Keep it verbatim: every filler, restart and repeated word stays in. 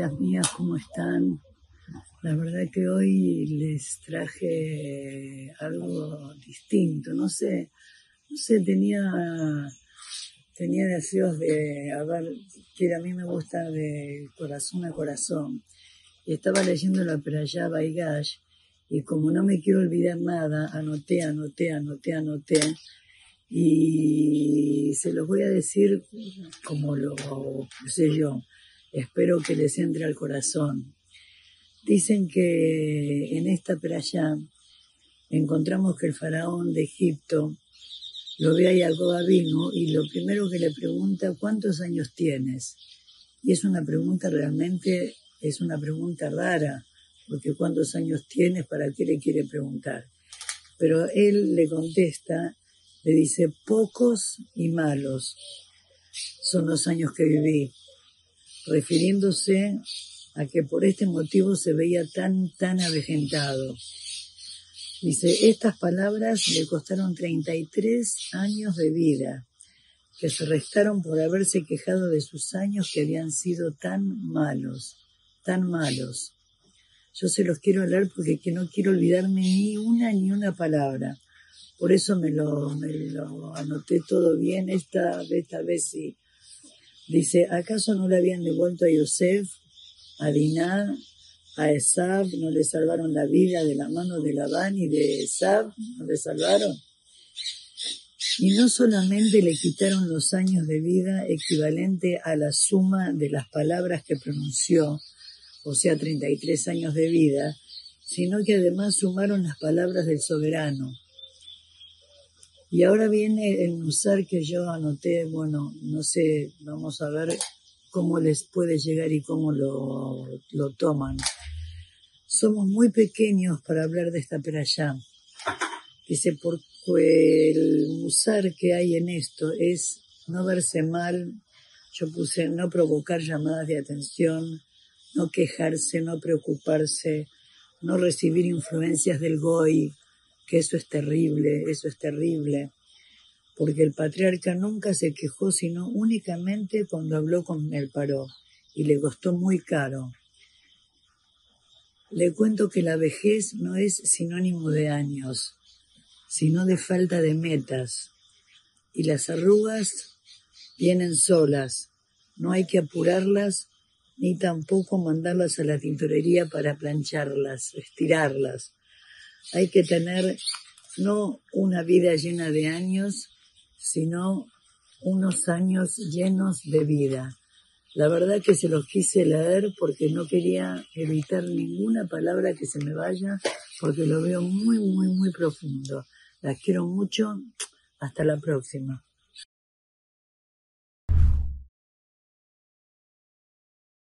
queridas mías, ¿cómo están? La verdad que hoy les traje algo distinto, no sé, no sé, tenía, tenía deseos de, a ver, que a mí me gusta de corazón a corazón, y estaba leyendo la Perashá Vaigash, y como no me quiero olvidar nada, anoté, anoté, anoté, anoté, y se los voy a decir como lo puse yo. Espero que les entre al corazón. Dicen que en esta perashá encontramos que el faraón de Egipto lo ve a Jacob Avinu y lo primero que le pregunta, ¿cuántos años tienes? Y es una pregunta realmente, es una pregunta rara, porque ¿cuántos años tienes? ¿Para qué le quiere preguntar? Pero él le contesta, le dice, pocos y malos son los años que viví, refiriéndose a que por este motivo se veía tan, tan avejentado. Dice, estas palabras le costaron treinta y tres años de vida, que se restaron por haberse quejado de sus años que habían sido tan malos, tan malos. Yo se los quiero leer porque que no quiero olvidarme ni una ni una palabra. Por eso me lo, me lo anoté todo bien, esta, esta vez sí. Dice, ¿acaso no le habían devuelto a Yosef, a Diná, a Esav? ¿No le salvaron la vida de la mano de Labán y de Esav? ¿No le salvaron? Y no solamente le quitaron los años de vida equivalente a la suma de las palabras que pronunció, o sea, treinta y tres años de vida, sino que además sumaron las palabras del soberano. Y ahora viene el musar que yo anoté, bueno, no sé, vamos a ver cómo les puede llegar y cómo lo, lo toman. Somos muy pequeños para hablar de esta perashá. Dice, porque el musar que hay en esto es no verse mal, yo puse no provocar llamadas de atención, no quejarse, no preocuparse, no recibir influencias del goy, que eso es terrible, eso es terrible, porque el patriarca nunca se quejó, sino únicamente cuando habló con el Paró, y le costó muy caro. Le cuento que la vejez no es sinónimo de años, sino de falta de metas, y las arrugas vienen solas, no hay que apurarlas, ni tampoco mandarlas a la tintorería para plancharlas, estirarlas. Hay que tener no una vida llena de años, sino unos años llenos de vida. La verdad que se los quise leer porque no quería evitar ninguna palabra que se me vaya, porque lo veo muy, muy, muy profundo. Las quiero mucho. Hasta la próxima.